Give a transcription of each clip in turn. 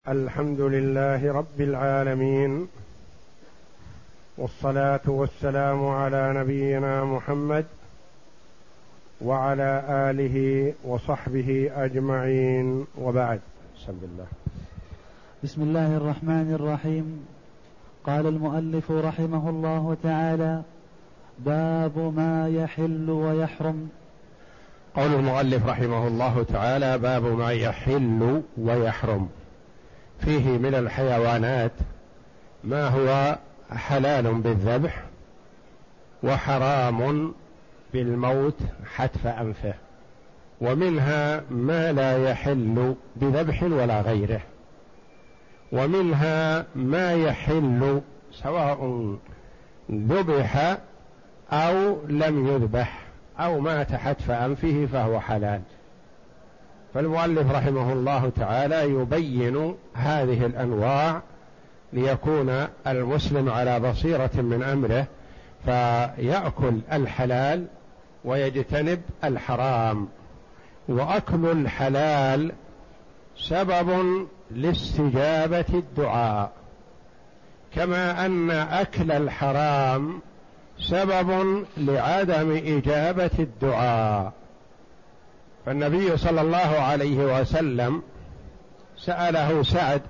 الحمد لله رب العالمين، والصلاة والسلام على نبينا محمد وعلى آله وصحبه أجمعين، وبعد. بسم الله الرحمن الرحيم. قال المؤلف رحمه الله تعالى: باب ما يحل ويحرم. قول المؤلف رحمه الله تعالى: باب ما يحل ويحرم. فيه من الحيوانات ما هو حلال بالذبح وحرام بالموت حتف أنفه، ومنها ما لا يحل بذبح ولا غيره، ومنها ما يحل سواء ذبح أو لم يذبح أو مات حتف أنفه فهو حلال. فالمؤلف رحمه الله تعالى يبين هذه الأنواع ليكون المسلم على بصيرة من أمره، فيأكل الحلال ويجتنب الحرام. وأكل الحلال سبب لاستجابة الدعاء، كما أن أكل الحرام سبب لعدم إجابة الدعاء. فالنبي صلى الله عليه وسلم سأله سعد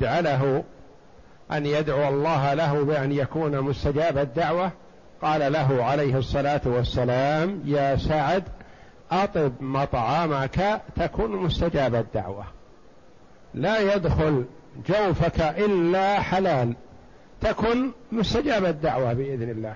أن يدعو الله له بأن يكون مستجاب الدعوة، قال له عليه الصلاة والسلام: يا سعد، أطب مطعمك تكن مستجاب الدعوة، لا يدخل جوفك إلا حلال تكن مستجاب الدعوة بإذن الله.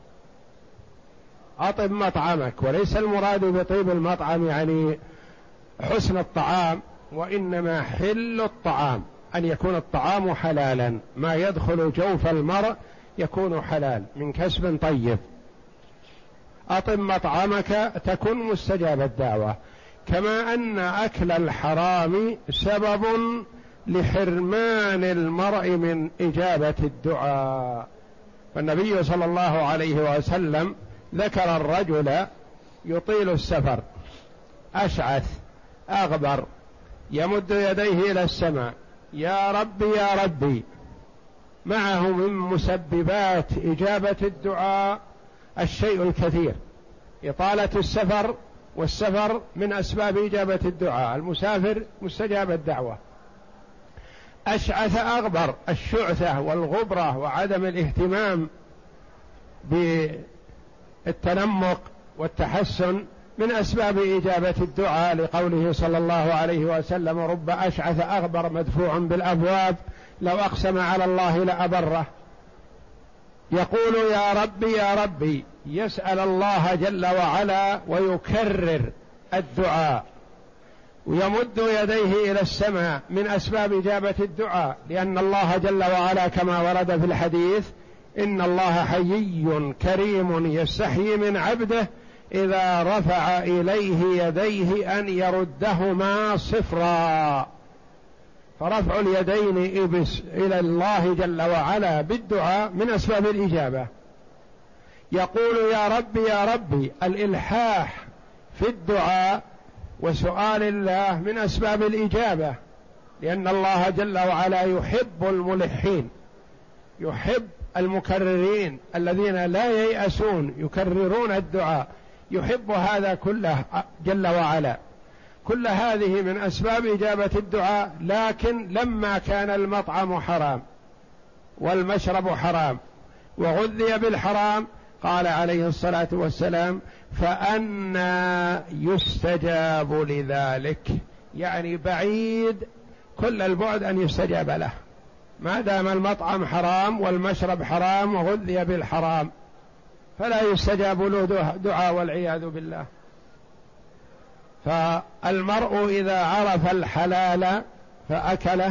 أطب مطعمك، وليس المراد بطيب المطعم يعني حسن الطعام، وإنما حل الطعام، أن يكون الطعام حلالا، ما يدخل جوف المرء يكون حلال من كسب طيب. أطب مطعمك تكن مستجاب الدعوة، كما أن أكل الحرام سبب لحرمان المرء من إجابة الدعاء. فالنبي صلى الله عليه وسلم ذكر الرجل يطيل السفر أشعث أغبر يمد يديه إلى السماء: يا ربي يا ربي. معه من مسببات إجابة الدعاء الشيء الكثير، إطالة السفر، والسفر من أسباب إجابة الدعاء، المسافر مستجاب الدعوة. أشعث أغبر، الشعثة والغبرة وعدم الاهتمام بالتنمق والتحسن من أسباب إجابة الدعاء، لقوله صلى الله عليه وسلم: رب أشعث أغبر مدفوع بالأبواب لو أقسم على الله لأبره. يقول يا ربي يا ربي، يسأل الله جل وعلا ويكرر الدعاء، ويمد يديه إلى السماء من أسباب إجابة الدعاء، لأن الله جل وعلا كما ورد في الحديث: إن الله حيي كريم يستحيي من عبده إذا رفع إليه يديه أن يردهما صفرا. فرفع اليدين إلى الله جل وعلا بالدعاء من أسباب الإجابة. يقول يا ربي يا ربي، الإلحاح في الدعاء وسؤال الله من أسباب الإجابة، لأن الله جل وعلا يحب الملحين، يحب المكررين الذين لا ييأسون يكررون الدعاء، يحب هذا كله جل وعلا. كل هذه من أسباب إجابة الدعاء. لكن لما كان المطعم حرام والمشرب حرام وغذي بالحرام، قال عليه الصلاة والسلام: فأنى يستجاب لذلك، يعني بعيد كل البعد أن يستجاب له، ما دام المطعم حرام والمشرب حرام وغذي بالحرام فلا يستجاب له دعاء والعياذ بالله. فالمرء إذا عرف الحلال فأكله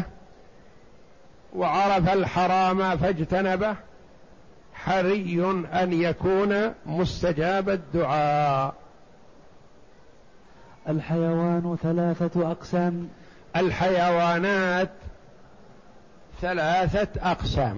وعرف الحرام فاجتنبه حري أن يكون مستجاب الدعاء. الحيوان 3 أقسام. الحيوانات 3 أقسام،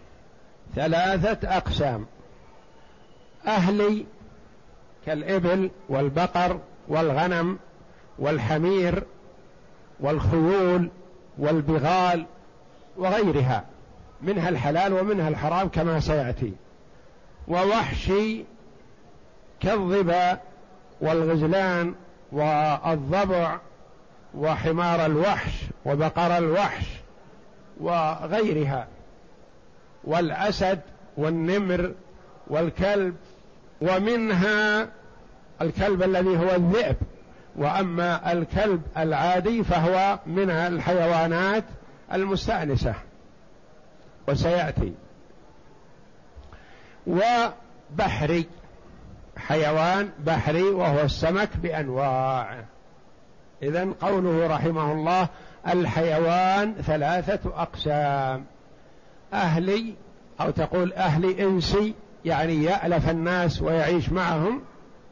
3 أقسام: أهلي كالإبل والبقر والغنم والحمير والخيول والبغال وغيرها، منها الحلال ومنها الحرام كما سيأتي. ووحشي كالظبا والغزلان والضبع وحمار الوحش وبقر الوحش وغيرها، والأسد والنمر والكلب، ومنها الكلب الذي هو الذئب، وأما الكلب العادي فهو من الحيوانات المستأنسة وسيأتي. وبحري، حيوان بحري وهو السمك بأنواعه. إذن قوله رحمه الله الحيوان 3 أقسام: أهلي أو تقول أهلي إنسي يعني يألف الناس ويعيش معهم،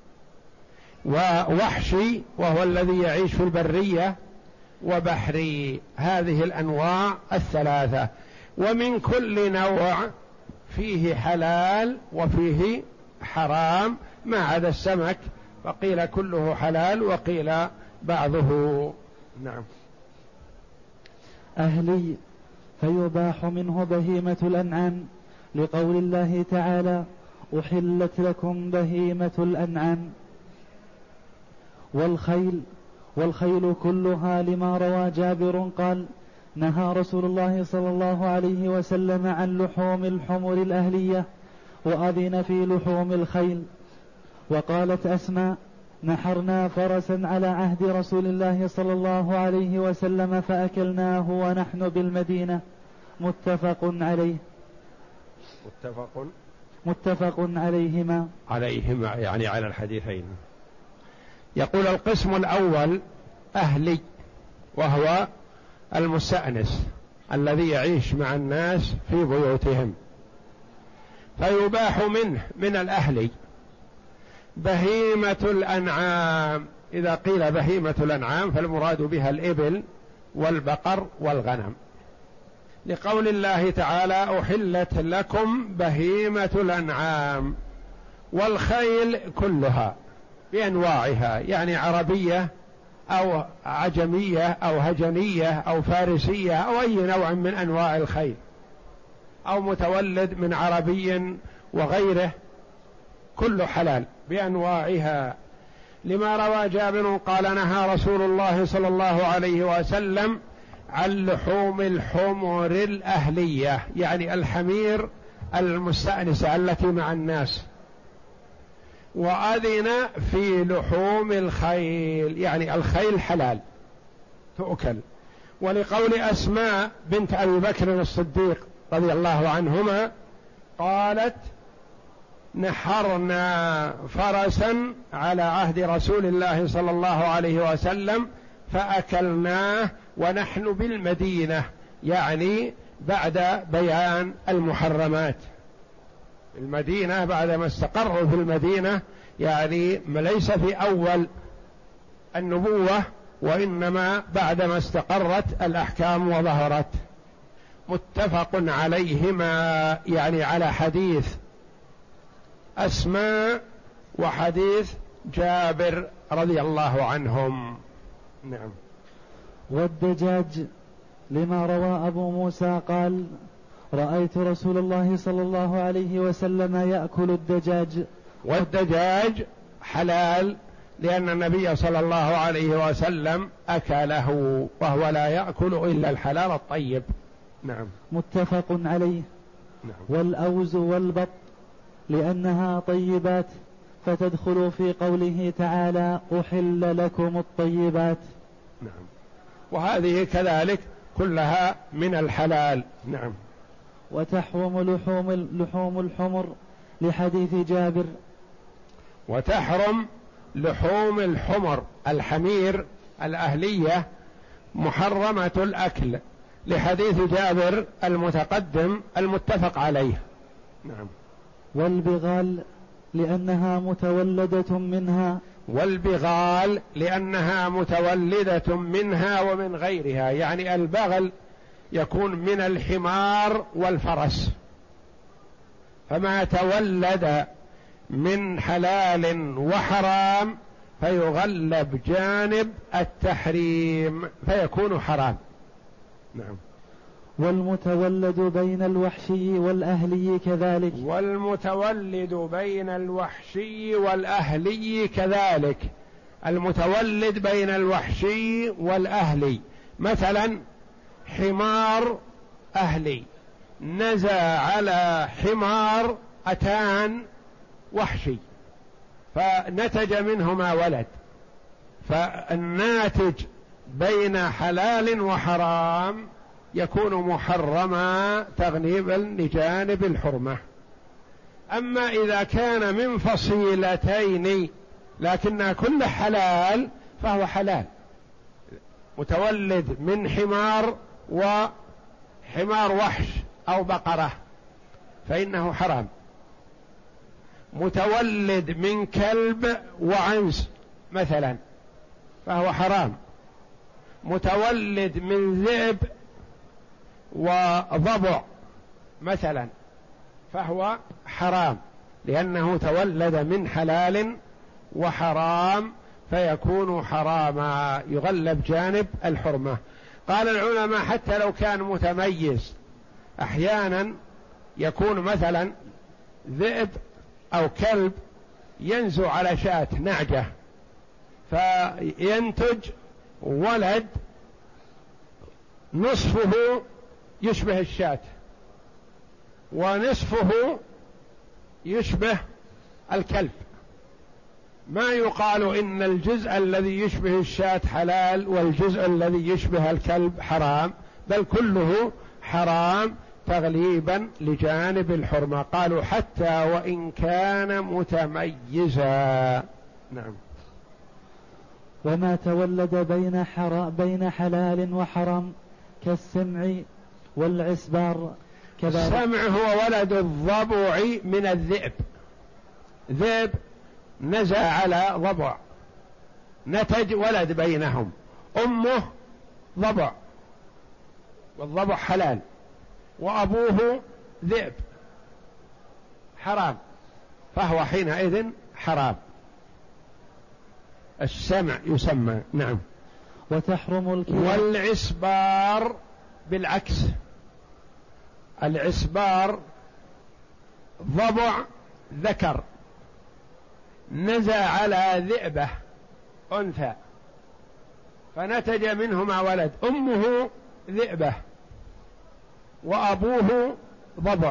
ووحشي وهو الذي يعيش في البرية، وبحري. هذه الأنواع 3، ومن كل نوع فيه حلال وفيه حرام ما عدا السمك، فقيل كله حلال وقيل بعضه. نعم. أهلي فيباح منه بهيمة الأنعام، لقول الله تعالى: أحلت لكم بهيمة الأنعام. والخيل كلها، لما روى جابر قال: نهى رسول الله صلى الله عليه وسلم عن لحوم الحمر الأهلية، وأذن في لحوم الخيل. وقالت أسماء: نحرنا فرسا على عهد رسول الله صلى الله عليه وسلم فأكلناه ونحن بالمدينة. متفق عليه. متفق عليهما يعني على الحديثين. يقول القسم الأول أهلي، وهو المستأنس الذي يعيش مع الناس في بيوتهم، فيباح منه من الأهلي بهيمة الأنعام. إذا قيل بهيمة الأنعام فالمراد بها الإبل والبقر والغنم، لقول الله تعالى: أحلت لكم بهيمة الأنعام. والخيل كلها بأنواعها، يعني عربية أو عجمية أو هجنية أو فارسية أو أي نوع من أنواع الخيل، أو متولد من عربي وغيره، كل حلال بأنواعها. لما روى جابر قال: نهى رسول الله صلى الله عليه وسلم عن لحوم الحمر الأهلية، يعني الحمير المستأنسة التي مع الناس، وأذن في لحوم الخيل، يعني الخيل حلال تؤكل. ولقول أسماء بنت أبي بكر الصديق رضي الله عنهما قالت: نحرنا فرسا على عهد رسول الله صلى الله عليه وسلم فأكلناه ونحن بالمدينة، يعني بعد بيان المحرمات. المدينة بعدما استقروا في المدينة، يعني ليس في أول النبوة، وإنما بعدما استقرت الأحكام وظهرت. متفق عليهما، يعني على حديث أسماء وحديث جابر رضي الله عنهم. نعم. والدجاج، لما روى أبو موسى قال: رأيت رسول الله صلى الله عليه وسلم يأكل الدجاج. والدجاج حلال، لأن النبي صلى الله عليه وسلم أكله، وهو لا يأكل إلا الحلال الطيب. نعم. متفق عليه. نعم. والأوز والبط، لأنها طيبات، فتدخل في قوله تعالى: أحل لكم الطيبات. نعم. وهذه كذلك كلها من الحلال. نعم. وتحرم لحوم الحمر، لحديث جابر. وتحرم لحوم الحمر، الحمير الأهلية محرمة الأكل، لحديث جابر المتقدم المتفق عليه. نعم. والبغال، لأنها متولدة منها. والبغال لأنها متولدة منها ومن غيرها، يعني البغل يكون من الحمار والفرس، فما تولد من حلال وحرام فيغلب جانب التحريم فيكون حرام. نعم. والمتولد بين الوحشي والأهلي كذلك. والمتولد بين الوحشي والأهلي كذلك. المتولد بين الوحشي والأهلي، مثلا حمار أهلي نزى على حمار أتان وحشي فنتج منهما ولد، فالناتج بين حلال وحرام يكون محرما تغليبا لجانب الحرمة. أما إذا كان من فصيلتين لكنها كل حلال فهو حلال. متولد من حمار وحمار وحش أو بقرة فإنه حرام. متولد من كلب وعنز مثلا فهو حرام. متولد من ذئب وضبع مثلا فهو حرام، لأنه تولد من حلال وحرام فيكون حراما، يغلب جانب الحرمة. قال العلماء حتى لو كان متميز، أحيانا يكون مثلا ذئب أو كلب ينزو على شاة نعجة فينتج ولد نصفه يشبه الشاة ونصفه يشبه الكلب، ما يقال إن الجزء الذي يشبه الشاة حلال والجزء الذي يشبه الكلب حرام، بل كله حرام تغليبا لجانب الحرمة. قالوا حتى وإن كان متميزا. نعم. وما تولد بين حلال وحرام كالسمع والعسبار كذلك. السمع هو ولد الضبع من الذئب، ذئب نزى على ضبع نتج ولد بينهم، أمه ضبع والضبع حلال وأبوه ذئب حرام، فهو حينئذ حرام. السمع يسمى. نعم. وتحرم الكلاب. والعسبار بالعكس، العسبار ضبع ذكر نزى على ذئبة أنثى فنتج منهما ولد، أمه ذئبة وأبوه ضبع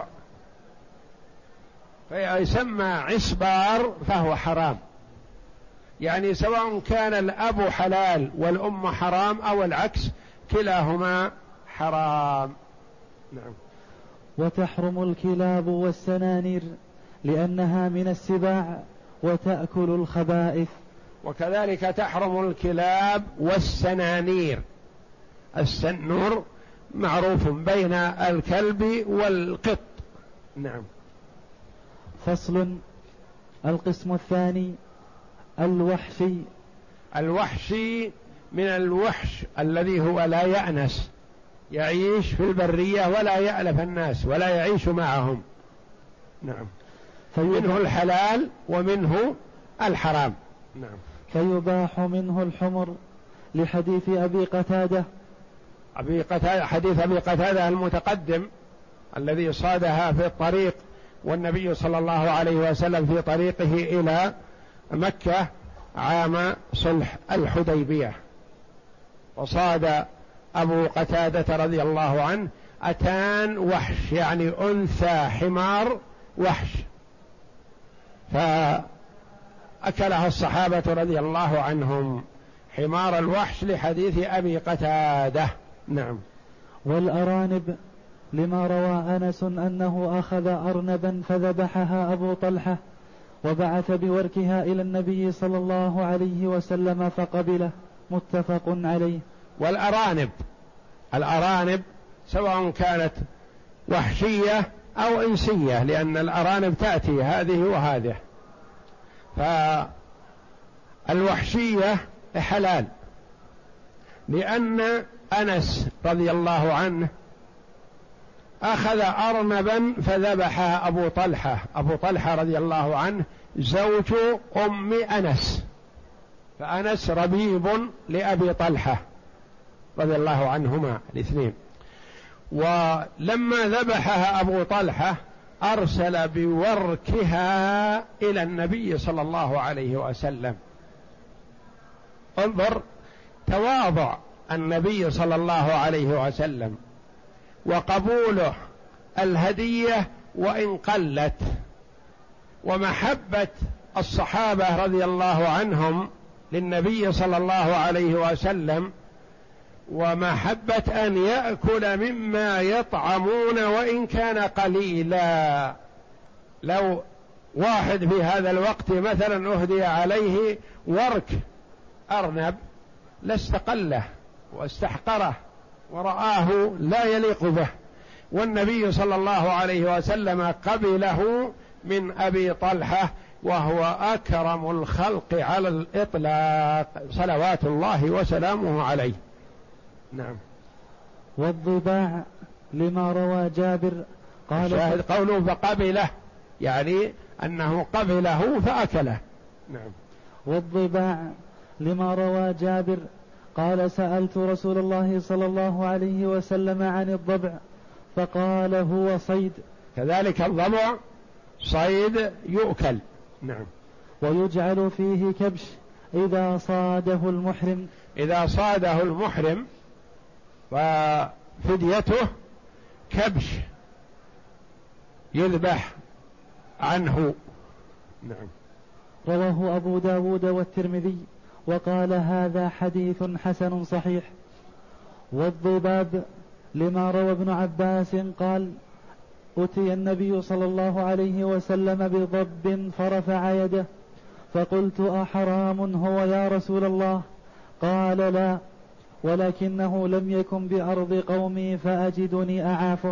فيسمى عسبار فهو حرام. يعني سواء كان الأب حلال والأم حرام أو العكس كلاهما حرام. نعم. وتحرم الكلاب والسنانير لأنها من السباع وتأكل الخبائث. وكذلك تحرم الكلاب والسنانير. السنور معروف بين الكلب والقط. نعم. فصل. القسم الثاني الوحشي. الوحشي من الوحش الذي هو لا يأنس، يعيش في البرية ولا يألف الناس ولا يعيش معهم. نعم. منه الحلال ومنه الحرام. نعم. فيباح منه الحمر لحديث أبي قتادة. حديث أبي قتادة المتقدم الذي صادها في الطريق والنبي صلى الله عليه وسلم في طريقه إلى مكة عام صلح الحديبية، وصاد أبو قتادة رضي الله عنه أتان وحش، يعني أنثى حمار وحش، فأكلها الصحابة رضي الله عنهم، حمار الوحش لحديث أبي قتادة. نعم. والأرانب لما روى أنس أنه أخذ أرنبا فذبحها أبو طلحة وبعث بوركها إلى النبي صلى الله عليه وسلم فقبله، متفق عليه. والأرانب، الأرانب سواء كانت وحشية أو إنسية، لأن الأرانب تأتي هذه وهذه، فالوحشية حلال، لأن أنس رضي الله عنه أخذ أرنبا فذبحها أبو طلحة. أبو طلحة رضي الله عنه زوج أم أنس، فأنس ربيب لأبي طلحة رضي الله عنهما الاثنين. ولما ذبحها أبو طلحة أرسل بوركها إلى النبي صلى الله عليه وسلم. انظر تواضع النبي صلى الله عليه وسلم وقبوله الهدية وإن قلت، ومحبة الصحابة رضي الله عنهم للنبي صلى الله عليه وسلم، ومحبة أن يأكل مما يطعمون وإن كان قليلا. لو واحد في هذا الوقت مثلا أهدي عليه ورك أرنب لاستقله واستحقره ورآه لا يليق به، والنبي صلى الله عليه وسلم قبله من أبي طلحة وهو أكرم الخلق على الإطلاق صلوات الله وسلامه عليه. نعم. والضباع لما روى جابر قال الشاهد قوله فقبله، يعني أنه قبله فأكله. نعم. والضباع لما روى جابر قال سألت رسول الله صلى الله عليه وسلم عن الضبع فقال هو صيد. كذلك الضبع صيد يؤكل. نعم. ويجعل فيه كبش إذا صاده المحرم. إذا صاده المحرم ففديته كبش يذبح عنه. نعم. رواه أبو داود والترمذي وقال هذا حديث حسن صحيح. والضباب لما روى ابن عباس قال أتي النبي صلى الله عليه وسلم بضب فرفع يده فقلت أحرام هو يا رسول الله؟ قال لا، ولكنه لم يكن بأرض قومي فأجدني أعافه،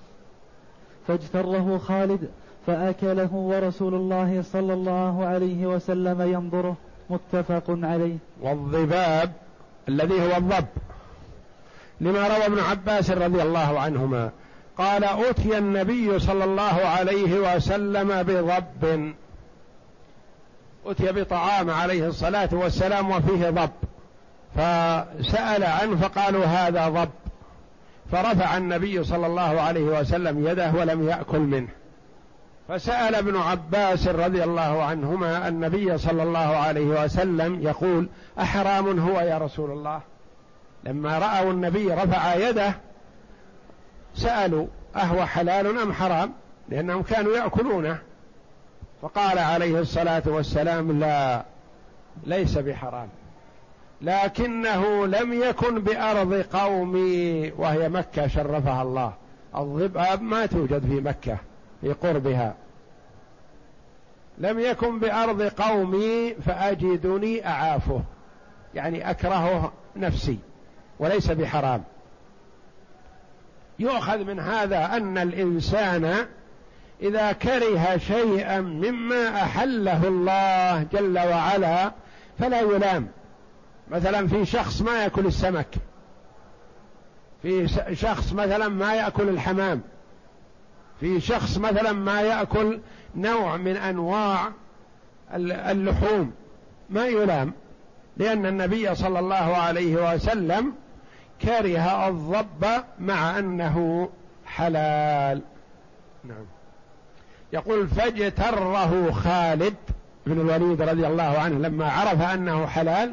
فاجتره خالد فأكله ورسول الله صلى الله عليه وسلم ينظره. متفق عليه. والضباب الذي هو الضب لما روى ابن عباس رضي الله عنهما قال أتي النبي صلى الله عليه وسلم بضب، أتي بطعام عليه الصلاة والسلام وفيه ضب، فسأل عنه فقالوا هذا ضب، فرفع النبي صلى الله عليه وسلم يده ولم يأكل منه، فسأل ابن عباس رضي الله عنهما النبي صلى الله عليه وسلم يقول أحرام هو يا رسول الله؟ لما رأوا النبي رفع يده سألوا أهو حلال أم حرام، لأنهم كانوا يأكلونه، فقال عليه الصلاة والسلام لا، ليس بحرام، لكنه لم يكن بأرض قومي وهي مكة شرفها الله. الضباب ما توجد في مكة في قربها، لم يكن بأرض قومي فأجدني أعافه، يعني أكرهه نفسي وليس بحرام. يؤخذ من هذا أن الإنسان إذا كره شيئا مما أحله الله جل وعلا فلا يلام. مثلا في شخص ما يأكل السمك، في شخص مثلا ما يأكل الحمام، في شخص مثلا ما يأكل نوع من أنواع اللحوم، ما يلام، لأن النبي صلى الله عليه وسلم كره الضب مع أنه حلال. نعم. يقول فاجتره خالد بن الوليد رضي الله عنه لما عرف أنه حلال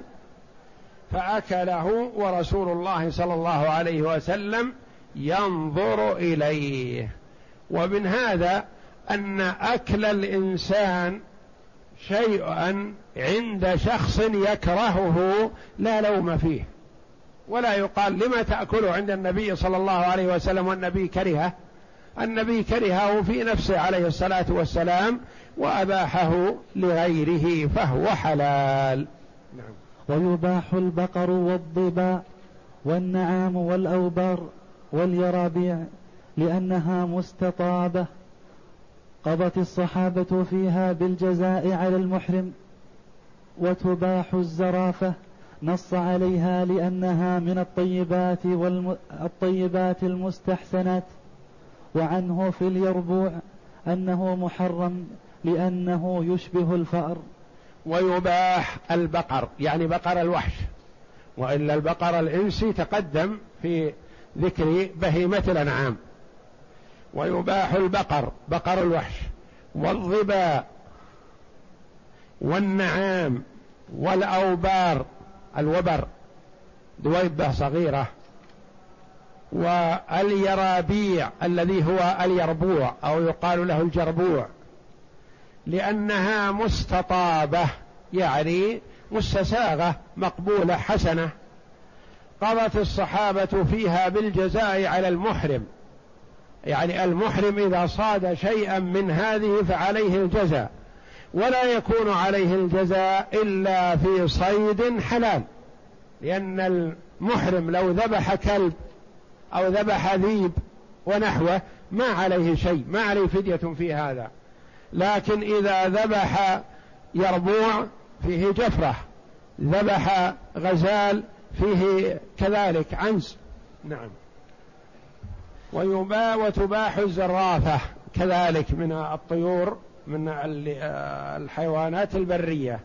فأكله ورسول الله صلى الله عليه وسلم ينظر إليه. ومن هذا أن أكل الإنسان شيئا عند شخص يكرهه لا لوم فيه، ولا يقال لما تأكله عند النبي صلى الله عليه وسلم والنبي كرهه. النبي كرهه في نفسه عليه الصلاة والسلام وأباحه لغيره فهو حلال. نعم. ويباح البقر والضباء والنعام والأوبار واليرابيع لأنها مستطابة قضت الصحابة فيها بالجزاء على المحرم. وتباح الزرافة نص عليها لأنها من الطيبات المستحسنات. وعنه في اليربوع أنه محرم لأنه يشبه الفأر. ويباح البقر يعني بقر الوحش، وإلا البقر الإنسي تقدم في ذكر بهيمة الأنعام. ويباح البقر، بقر الوحش، والظباء، والنعام، والأوبار، الوبر دويبة صغيرة، واليرابيع الذي هو اليربوع أو يقال له الجربوع، لأنها مستطابة يعني مستساغة مقبولة حسنة، قضت الصحابة فيها بالجزاء على المحرم، يعني المحرم إذا صاد شيئا من هذه فعليه الجزاء، ولا يكون عليه الجزاء إلا في صيد حلال، لأن المحرم لو ذبح كلب أو ذبح ذيب ونحوه ما عليه شيء، ما عليه فدية في هذا، لكن إذا ذبح يربوع فيه جفرة، ذبح غزال فيه كذلك عنز. نعم. وتباح الزرافة كذلك من الطيور، من الحيوانات البرية.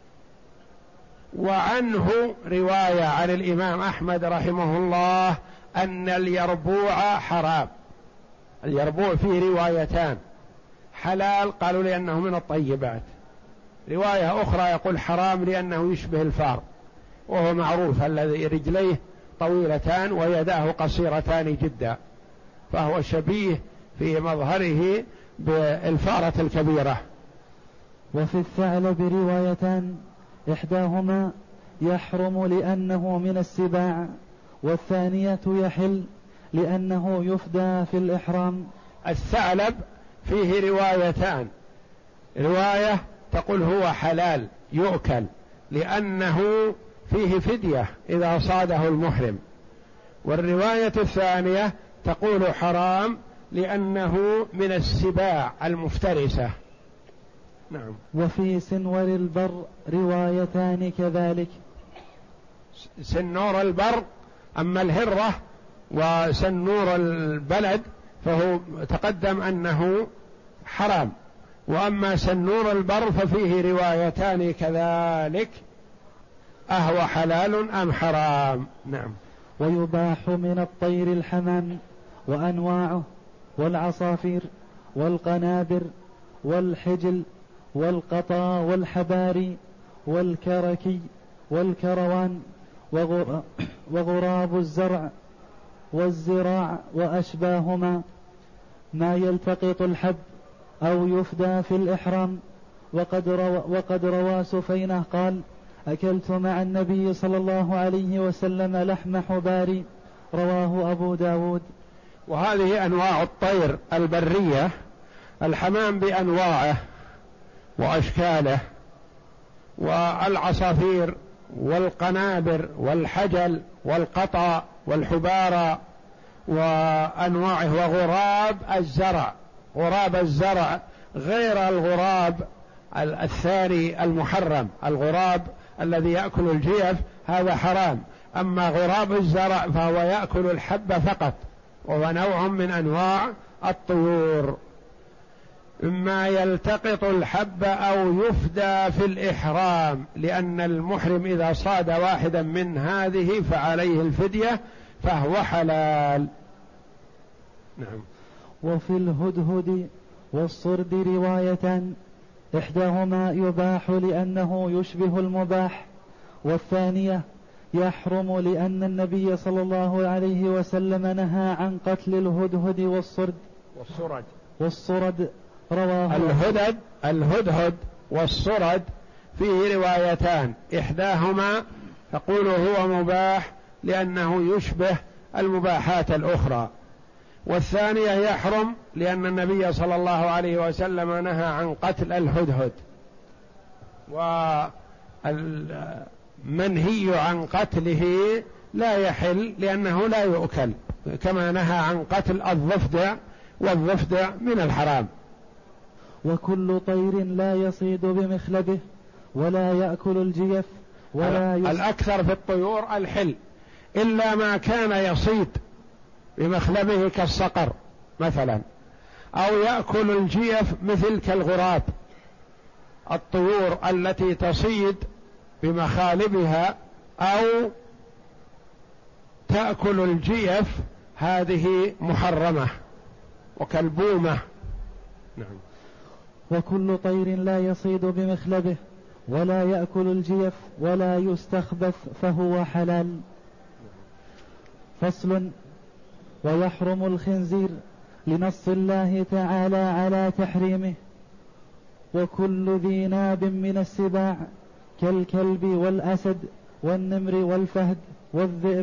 وعنه رواية عن الإمام أحمد رحمه الله أن اليربوع حرام. اليربوع فيه روايتان، حلال قالوا لأنه من الطيبات، رواية أخرى يقول حرام لأنه يشبه الفار، وهو معروف الذي رجليه طويلتان ويداه قصيرتان جدا، فهو شبيه في مظهره بالفارة الكبيرة. وفي الثعلب روايتان، إحداهما يحرم لأنه من السباع، والثانية يحل لأنه يفدى في الإحرام. الثعلب فيه روايتان، رواية تقول هو حلال يؤكل لأنه فيه فدية إذا صاده المحرم، والرواية الثانية تقول حرام لأنه من السباع المفترسة. نعم. وفي سنور البر روايتان كذلك. سنور البر، أما الهرة وسنور البلد فهو تقدم أنه حرام، وأما سنور البر ففيه روايتان كذلك، أهو حلال أم حرام. نعم. ويباح من الطير الحمام وأنواعه، والعصافير، والقنابر، والحجل، والقطا، والحباري، والكركي، والكروان، وغراب الزرع والزراع وأشباهما، ما يلتقط الحب أو يفدى في الإحرام. وقد روى سفينة قال: أكلت مع النبي صلى الله عليه وسلم لحم حباري، رواه أبو داود. وهذه أنواع الطير البرية، الحمام بأنواعه وأشكاله، والعصافير، والقنابر، والحجل، والقطا، والحبارة وأنواعه، وغراب الزرع. غراب الزرع غير الغراب الثاني المحرم، الغراب الذي يأكل الجيف هذا حرام، أما غراب الزرع فهو يأكل الحب فقط، وهو نوع من أنواع الطيور. إما يلتقط الحب أو يفدى في الإحرام، لأن المحرم إذا صاد واحدا من هذه فعليه الفدية فهو حلال. نعم. وفي الهدهد والصرد روايتان، إحداهما يباح لأنه يشبه المباح، والثانية يحرم لأن النبي صلى الله عليه وسلم نهى عن قتل الهدهد والصرد. رواه الهدهد والصرد فيه روايتان، إحداهما تقول هو مباح لأنه يشبه المباحات الأخرى، والثانية يحرم لأن النبي صلى الله عليه وسلم نهى عن قتل الهدهد، والمنهي عن قتله لا يحل لأنه لا يؤكل، كما نهى عن قتل الضفدع، والضفدع من الحرام. وكل طير لا يصيد بمخلبه ولا يأكل الجيف الأكثر في الطيور الحل، إلا ما كان يصيد بمخلبه كالصقر مثلا، أو يأكل الجيف مثل كالغراب. الطيور التي تصيد بمخالبها أو تأكل الجيف هذه محرمة وكالبومة. نعم. وكل طير لا يصيد بمخلبه ولا يأكل الجيف ولا يستخبث فهو حلال. فصل. ويحرم الخنزير لنص الله تعالى على تحريمه. وكل ذي ناب من السباع كالكلب والأسد والنمر والفهد والذئب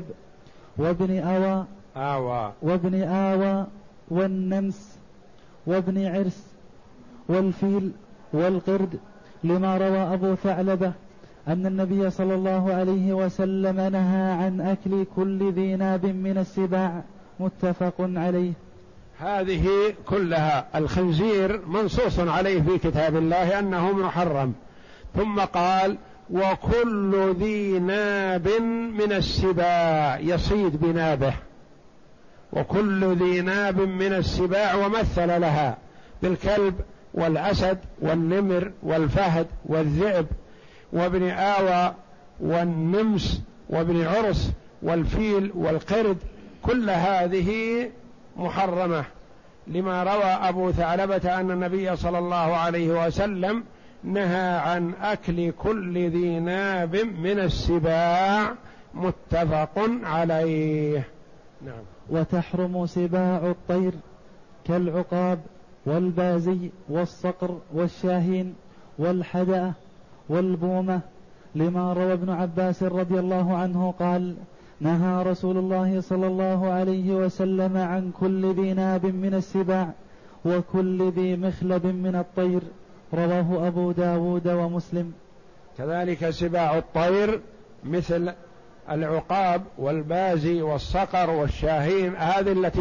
وابن آوى والنمس وابن عرس والفيل والقرد، لما روى أبو ثعلبة أن النبي صلى الله عليه وسلم نهى عن أكل كل ذي ناب من السباع، متفق عليه. هذه كلها الخنزير منصوص عليه في كتاب الله أنه محرم، ثم قال وكل ذي ناب من السباع يصيد بنابه، وكل ذي ناب من السباع، ومثل لها بالكلب والأسد والنمر والفهد والذئب وابن آوى والنمس وابن عرس والفيل والقرد، كل هذه محرمة، لما روى أبو ثعلبة أن النبي صلى الله عليه وسلم نهى عن أكل كل ذي ناب من السباع، متفق عليه. نعم. وتحرم سباع الطير كالعقاب والبازي والصقر والشاهين والحدأة والبومة، لما روى ابن عباس رضي الله عنه قال نهى رسول الله صلى الله عليه وسلم عن كل ذي ناب من السباع وكل ذي مخلب من الطير، رواه أبو داود ومسلم. كذلك سباع الطير مثل العقاب والبازي والصقر والشاهين، هذه التي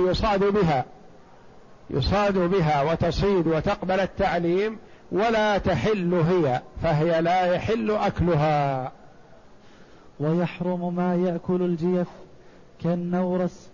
يصاد بها وتصيد وتقبل التعليم ولا تحل هي، فهي لا يحل أكلها. ويحرم ما يأكل الجيف كالنورس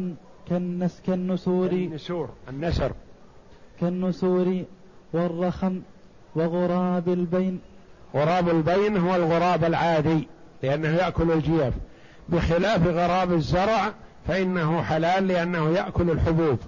كالنسور والرخم وغراب البين. غراب البين هو الغراب العادي لأنه يأكل الجيف، بخلاف غراب الزرع فإنه حلال لأنه يأكل الحبوب.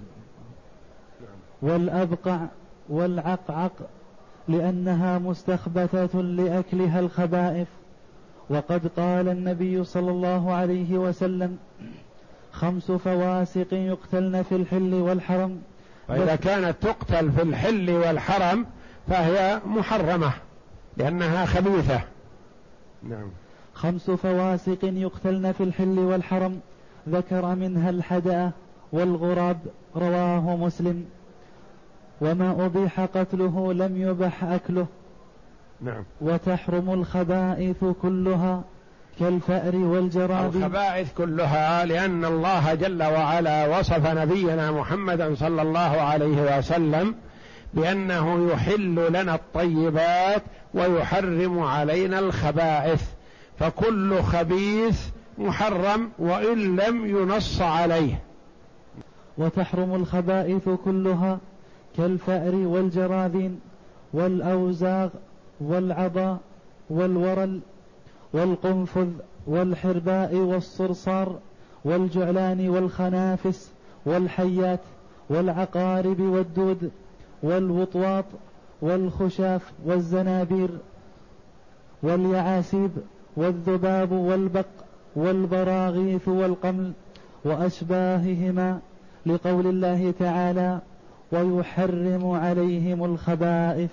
والأبقع والعقعق لأنها مستخبثة لأكلها الخبائث. وقد قال النبي صلى الله عليه وسلم 5 فواسق يقتلن في الحل والحرم. وإذا كانت تقتل في الحل والحرم فهي محرمة لأنها خبيثة. نعم. 5 فواسق يقتلن في الحل والحرم، ذكر منها الحدأة والغراب، رواه مسلم. وما أبيح قتله لم يبح أكله. نعم. وتحرم الخبائث كلها كالفأر والجراد. الخبائث كلها لأن الله جل وعلا وصف نبينا محمدا صلى الله عليه وسلم بأنه يحل لنا الطيبات ويحرم علينا الخبائث، فكل خبيث محرم وإن لم ينص عليه. وتحرم الخبائث كلها كالفأر والجراذين والأوزاغ والعضاء والورل والقنفذ والحرباء والصرصار والجعلان والخنافس والحيات والعقارب والدود والوطواط والخشاف والزنابير واليعاسيب والذباب والبق والبراغيث والقمل وأشباههما، لقول الله تعالى ويحرم عليهم الخبائث.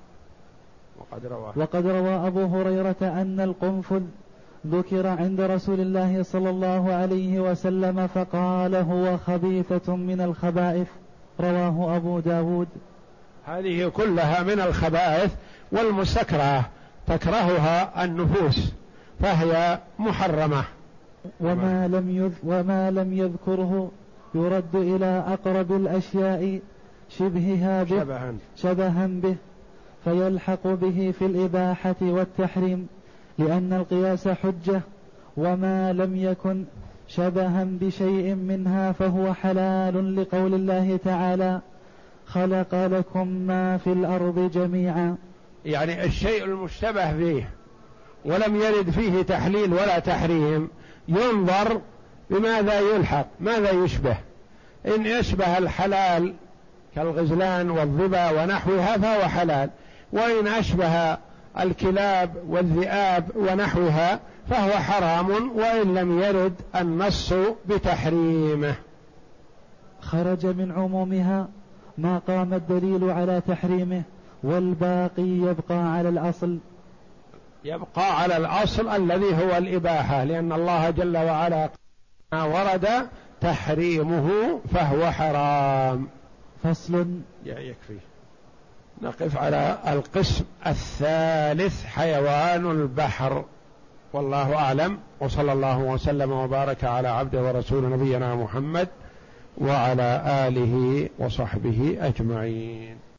وقد روى أبو هريرة أن القنفذ ذكر عند رسول الله صلى الله عليه وسلم فقال هو خبيثة من الخبائث، رواه أبو داود. هذه كلها من الخبائث والمستكرهة تكرهها النفوس فهي محرمة. وما لم يذكره يرد إلى أقرب الأشياء شبها به فيلحق به في الإباحة والتحريم، لأن القياس حجة، وما لم يكن شبها بشيء منها فهو حلال، لقول الله تعالى خلق لكم ما في الأرض جميعا. يعني الشيء المشتبه فيه ولم يرد فيه تحليل ولا تحريم ينظر بماذا يلحق، ماذا يشبه، إن يشبه الحلال كالغزلان والظبا ونحوها فهو حلال، وإن أشبه الكلاب والذئاب ونحوها فهو حرام، وإن لم يرد النص بتحريمه. خرج من عمومها ما قام الدليل على تحريمه، والباقي يبقى على الأصل. يبقى على الأصل الذي هو الإباحة، لأن الله جل وعلا ما ورد تحريمه فهو حرام. فصل. يكفي. نقف على القسم الثالث حيوان البحر، والله أعلم، وصلى الله وسلم وبارك على عبده ورسول نبينا محمد وعلى آله وصحبه أجمعين.